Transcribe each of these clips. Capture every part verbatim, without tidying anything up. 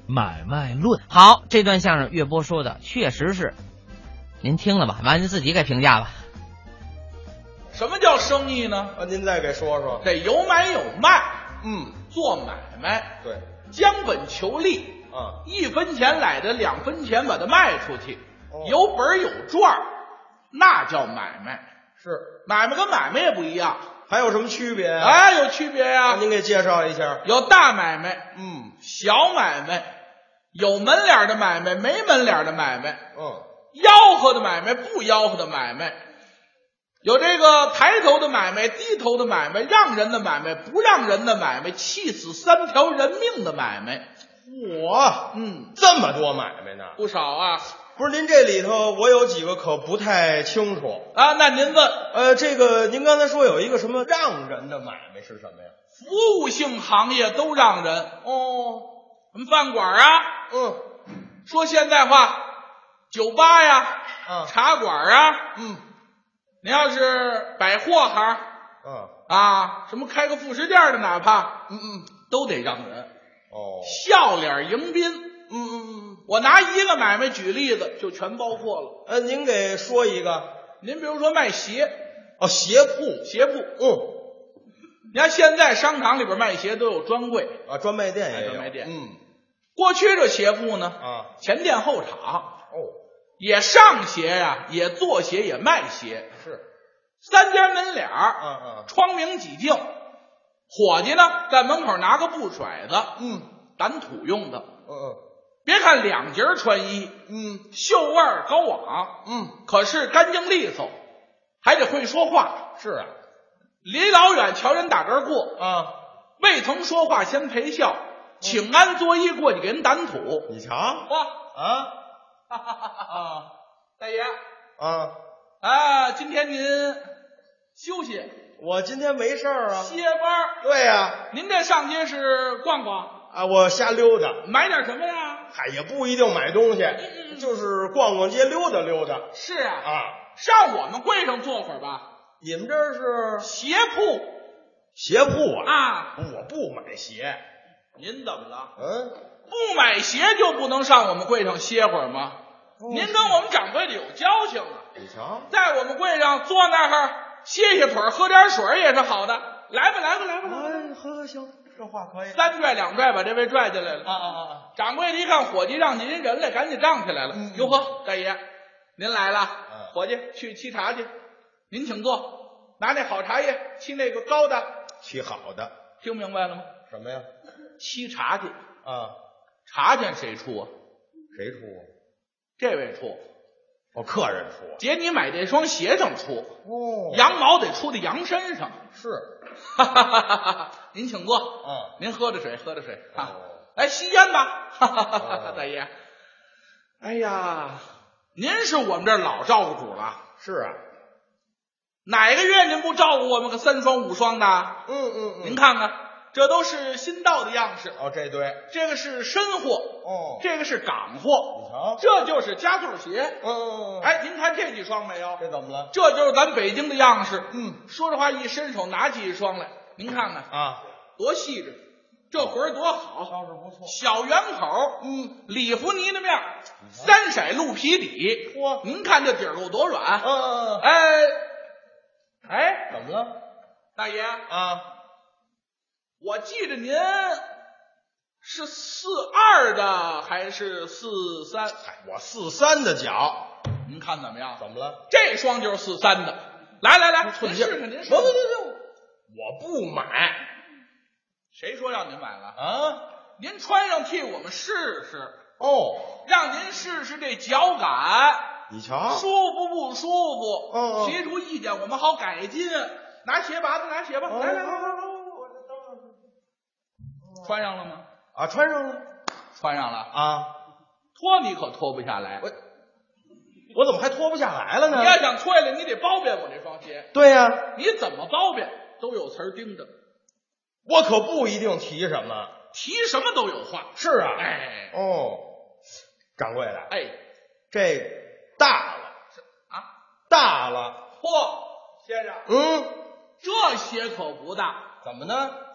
买卖论。 好，这段相声岳波说的确实是，您听了吧，完您自己给评价吧。 什么叫生意呢？ 啊，您再给说说。 得有买有卖， 嗯， 做买卖， 对， 将本求利， 啊， 一分钱来的两分钱把它卖出去， 哦有本有赚，那叫买卖。 是， 买卖跟买卖也不一样， 还有什么区别啊？ 哎，有区别呀、 啊，您给介绍一下。 有大买卖， 嗯， 小买卖，有门脸的买卖，没门脸的买卖， 嗯， 吆喝的买卖，不吆喝的买卖，有这个抬头的买卖，低头的买卖，让人的买卖，不让人的买卖，气死三条人命的买卖。 我， 嗯， 这么多买卖呢？ 不少啊。 不是，您这里头我有几个可不太清楚啊，那您问， 呃，这个您刚才说有一个什么让人的买卖是什么呀？ 服务性行业都让人哦， 什么饭馆啊， 嗯， 说现代话，酒吧呀， 啊， 茶馆啊， 嗯， 您要是百货行， 嗯， 啊，什么开个副食店的，哪怕嗯嗯， 都得让人哦， 笑脸迎宾。 嗯嗯嗯， 我拿一个买卖举例子，就全包括了。 呃，您给说一个。 您比如说卖鞋， 哦，鞋铺， 鞋铺， 嗯， 你看现在商场里边卖鞋都有专柜啊，专卖店也有， 专卖店。 嗯， 过去这鞋铺呢， 啊， 前店后厂， 哦， 也上鞋呀、啊，也做鞋，也卖鞋， 是三家门脸儿， 嗯嗯， 窗明几净。伙计呢，在门口拿个布甩子， 嗯， 掸土用的。 嗯嗯， 别看两截穿衣， 嗯， 袖腕高昂， 嗯， 可是干净利索，还得会说话。 是啊， 离老远瞧人打这过啊， 未曾说话先陪笑，请安作揖过去给人掸土。 你瞧， 哇啊啊，大爷啊， 啊，今天您休息我今天没事儿啊， 歇班。 对呀， 您这上街是逛逛啊，我瞎溜达， 买点什么呀？ 嗨，也不一定买东西， 嗯就是逛逛街溜达溜达是啊， 啊。 上我们柜上坐会儿吧。 你们这儿是鞋铺鞋铺啊？ 啊， 我不买鞋。 您怎么了？ 嗯， 不买鞋就不能上我们柜上歇会儿吗？ 哦您跟我们掌柜的有交情啊， 你瞧， 在我们柜上坐那儿歇歇腿儿，喝点水也是好的。来吧，来吧，来吧，来吧！ 哎，呵，行，这话可以。 三拽两拽把这位拽进来了。 啊啊啊！ 掌柜的一看伙计让您人来，赶紧站起来了。 嗯哟呵，大爷，您来了。 嗯伙计去沏茶去，您请坐，拿那好茶叶沏那个高的。 沏好的， 听明白了吗？ 什么呀？ 沏茶去， 啊， 茶钱谁出啊？ 谁出啊？ 这位出。 哦，客人出。 姐，你买这双鞋上出， 哦羊毛得出在羊身上。 是， 哈哈哈哈哈！您请坐， 嗯， 您喝着水，喝着水啊。 哦来吸烟吧，哈哈哈哈！ 哦大爷，哎呀，您是我们这儿老照顾主了。 是啊， 哪个月您不照顾我们个三双五双的？ 嗯嗯嗯， 您看看，这都是新到的样式， 哦，这对， 这个是深货， 哦， 这个是港货， 你瞧， 这就是家兔鞋。 嗯嗯嗯，， 哎，您看这几双没有？ 这怎么了？ 这就是咱北京的样式。 嗯， 说着话一伸手拿起一双来，您看看啊， 多细致，这活儿多好， 倒是不错。 小圆口， 嗯， 里弗呢的面儿，三色鹿皮底， 嚯您看这底儿够多软。 嗯嗯嗯， 哎哎， 怎么了？ 大爷， 啊， 我记着您是四二的还是四三？ 嗨，我四三的脚， 您看怎么样？ 怎么了？ 这双就是四三的。来来来， 寸劲儿您试试，您试不不不试。 不，我不买谁说让您买了？ 啊。 您穿上替我们试试， 哦， 让您试试这脚感你瞧， 舒服不舒服？ 嗯嗯提出意见，我们好改进。拿鞋拔子，拿鞋吧， 哦来来来来， 来，我这等等穿上了吗？ 啊，穿上了穿上了， 啊， 脱你可脱不下来。 我我怎么还脱不下来了呢你？要想脱下来，你得包遍我这双鞋。 对呀， 你怎么包遍都有词儿盯着， 我可不一定提什么。 提什么都有话。 是啊， 哎哦，掌柜的， 哎这大了啊， 大了， 嚯，先生， 嗯， 这鞋可不大， 怎么呢？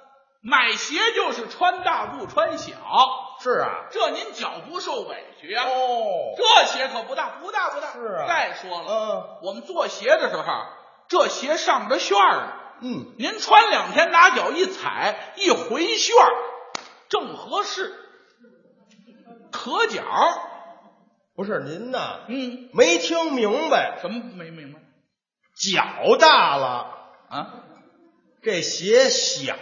买鞋就是穿大不穿小。 是啊， 这您脚不受委屈啊。 哦， 这鞋可不大，不大不大。 是啊。 再说了， 嗯， 我们做鞋的时候，这鞋上着旋儿呢。 嗯， 您穿两天，拿脚一踩，一回旋儿，正合适。可脚。 不是您呐， 嗯， 没听明白。 什么没明白？ 脚大了啊， 这鞋小。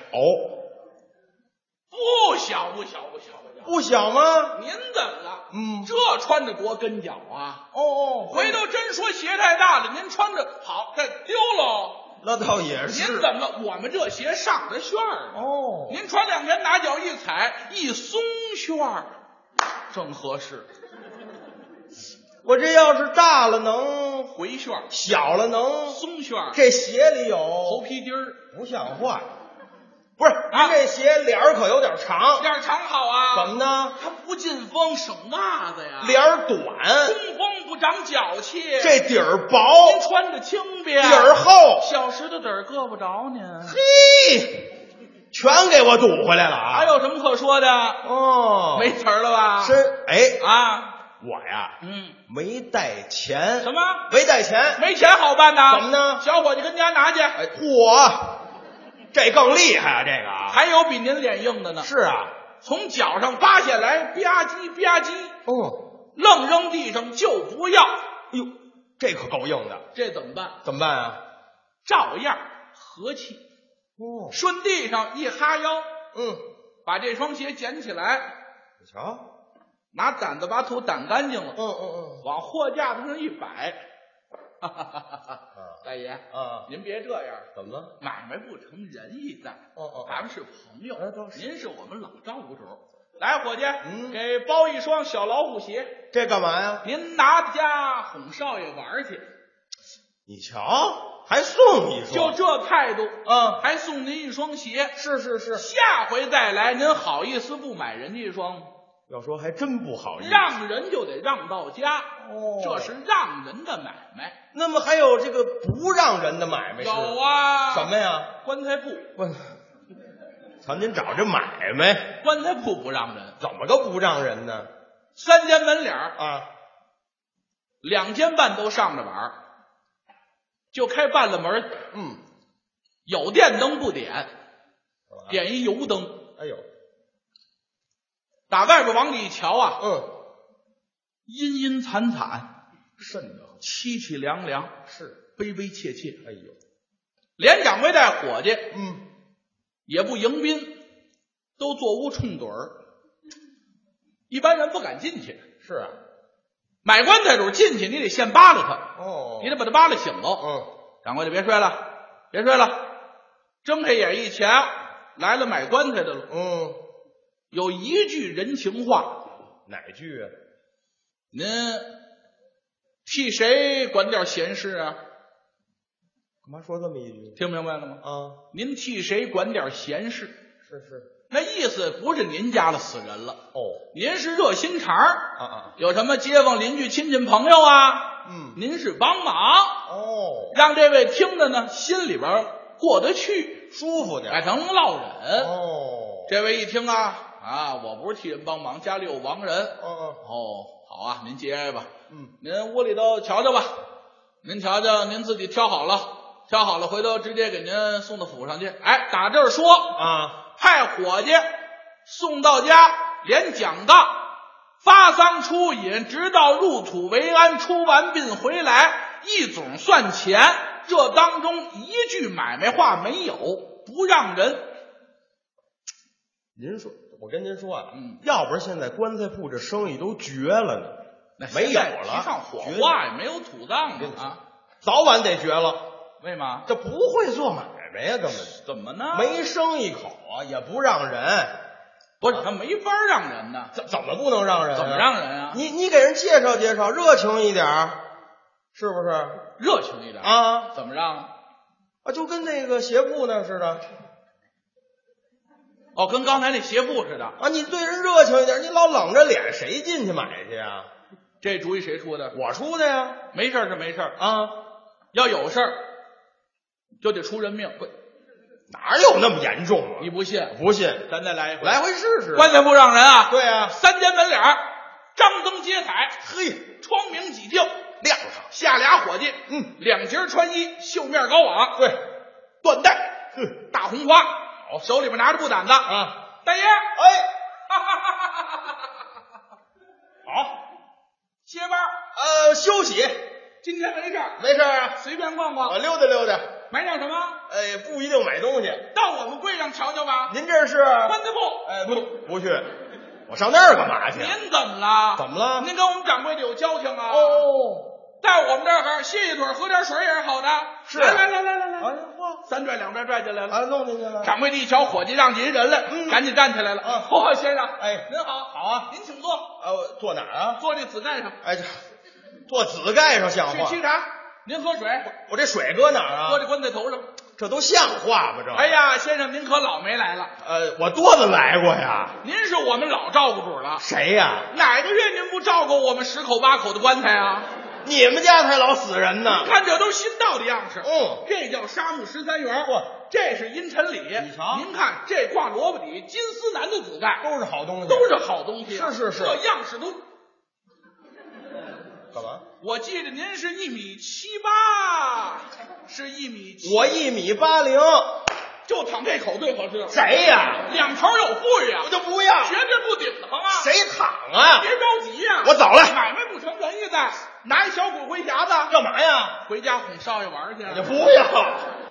不小不小不小不小， 不小吗？ 您怎么了？ 嗯， 这穿着多跟脚啊！ 哦哦， 回头真说鞋太大了，您穿着好再丢喽。 那倒也是。 您怎么了？我们这鞋上着旋儿哦， 您穿两天，拿脚一踩，一松旋儿，正合适。 我这要是大了能回旋儿， 小了能松旋儿， 这鞋里有头皮筋儿， 不像话。不是啊， 这鞋脸儿可有点长。 脸长好啊？ 怎么呢？ 它不进风，省袜子呀。 脸儿短， 通风不长脚气。 这底儿薄， 您穿着轻便， 底儿厚， 小石头底儿硌不着您。 嘿，全给我堵回来了啊！ 还有什么可说的？ 哦， 没词儿了吧？ 是哎啊， 我呀， 嗯， 没带钱。 什么？ 没带钱？ 没钱好办呐？ 怎么呢？ 小伙计跟家拿去。 哎，嚯，这更厉害啊！这个啊， 还有比您脸硬的呢。 是啊， 从脚上扒下来，吧唧吧唧， 哦， 愣扔地上就不要。 哎呦，这可够硬的。 这怎么办？ 怎么办啊？ 照样和气。 哦， 顺地上一哈腰， 嗯， 把这双鞋捡起来， 你瞧， 拿掸子把土掸干净了， 嗯嗯嗯， 往货架子上一摆。哈哈哈哈哈！大爷啊， 您别这样， 怎么了？ 买卖不成仁义在。 哦哦， 咱们是朋友， 哎倒是您是我们老招呼主。来，伙计， 嗯给包一双小老虎鞋， 这干嘛呀？ 您拿家哄少爷玩去。 你瞧，还送一双， 就这态度， 啊， 还送您一双鞋。 是是是。 下回再来，您好意思不买人家一双吗？ 要说还真不好意思。 让人就得让到家， 哦这是让人的买卖。 那么还有这个不让人的买卖是？ 有啊， 什么呀？ 棺材铺。 我操，您找这买卖， 棺材铺不让人， 怎么个不让人呢？ 三间门脸儿啊， 两间半都上着板儿，就开半了门。 嗯， 有电灯不点，点一油灯。 哎呦， 打外边往里一瞧啊， 嗯， 阴阴惨惨， 瘆得慌。 凄凄凉凉， 是， 悲悲切切。 哎呦， 连掌柜带伙计嗯， 也不迎宾，都坐屋冲盹儿。一般人不敢进去。 是啊， 买棺材主进去，你得先扒拉他， 哦， 你得把他扒拉醒喽。 嗯， 掌柜的别睡了，别睡了，睁开眼一瞧，来了买棺材的了。 嗯， 有一句人情话， 哪句啊？ 您替谁管点闲事啊？ 干嘛说这么一句？ 听明白了吗？ 啊， 您替谁管点闲事？ 是是， 那意思不是您家了死人了， 哦， 您是热心肠儿， 啊啊， 有什么街坊邻居亲戚朋友啊， 嗯， 您是帮忙， 哦， 让这位听着呢心里边过得去， 舒服点， 哎，能落忍。 哦， 这位一听啊啊，我不是替人帮忙，家里有亡人。 嗯嗯， 哦，好啊，您节哀吧。 嗯， 您屋里头瞧瞧吧，您瞧瞧，您自己挑好了，挑好了，回头直接给您送到府上去。哎，打这儿说啊， 派伙计送到家，连讲杠，发丧出引，直到入土为安，出完殡回来，一总算钱。这当中一句买卖话没有，不让人。 您说，我跟您说啊， 嗯， 要不然现在棺材铺这生意都绝了呢， 那没有现在了， 提倡火绝化也没有土葬的啊， 早晚得绝了。 为嘛？ 这不会做买卖呀，根本怎么呢？ 没生一口啊，也不让人， 不是他没法让人呢， 怎怎么不能让人、啊？ 怎么让人啊？ 你你给人介绍介绍，热情一点儿，是不是？ 热情一点啊？ 怎么让啊？ 啊，就跟那个鞋铺那似的哦，跟刚才那鞋铺似的。 啊！你对人热情一点，你老冷着脸，谁进去买去呀？ 这主意谁出的？ 我出的呀！ 没事儿是没事儿， 啊， 要有事儿就得出人命。 哪有那么严重啊？ 你不信？ 不信， 咱再来一回， 来回试试。 棺材铺让人啊， 对啊， 三间门脸儿张灯结彩， 嘿， 窗明几净， 亮上。 下俩伙计， 嗯， 两截穿衣，绣面高网， 对， 缎带， 哼， 大红花，好，手里边拿着布掸子啊， 大爷， 哎， 好，歇班儿， 呃，休息， 今天没事儿， 没事啊， 随便逛逛， 我溜达溜达。 买点什么？ 哎，不一定买东西。 到我们柜上瞧瞧吧。 您这是？ 棺材铺。 哎，不，不去，我上那儿干嘛去？ 您怎么了？ 怎么了？ 您跟我们掌柜的有交情啊？ 哦， 在我们这儿歇一腿，喝点水也是好的。 是， 来来来来来来， 哎嚯， 三拽两拽拽进来了， 啊，弄进去了。 掌柜的一瞧，伙计让进人来， 嗯赶紧站起来了。 啊， 嚯，先生， 哎， 您好， 好啊， 您请坐。 呃，坐哪儿啊？ 坐这紫盖上。 哎，这坐紫盖上像话？ 去沏茶，您喝水。 我这水搁哪儿啊？ 搁这棺材头上。 这都像话吗？这？ 哎呀，先生您可老没来了。 呃，我多的来过呀。 您是我们老照顾主了。 谁呀？ 哪个月您不照顾我们十口八口的棺材啊？ 你们家才老死人呢。 看这都新到的样式。 嗯， 这叫沙木十三元。 嚯， 这是阴沉里。 你瞧， 您看这挂萝卜底金丝楠的紫盖， 都是好东西， 都是好东西。 是是是， 这样式都。 干嘛？ 我记得您是一米七八，是一米七。 我一米八零， 就躺这口最合适。 谁呀？ 两头有富裕啊！ 我就不要， 绝对不顶得慌啊！ 谁躺啊？ 别着急呀、啊， 我走了。 买卖不成仁义在，拿一小骨灰匣子干嘛呀？ 回家哄少爷玩去。 我就不要。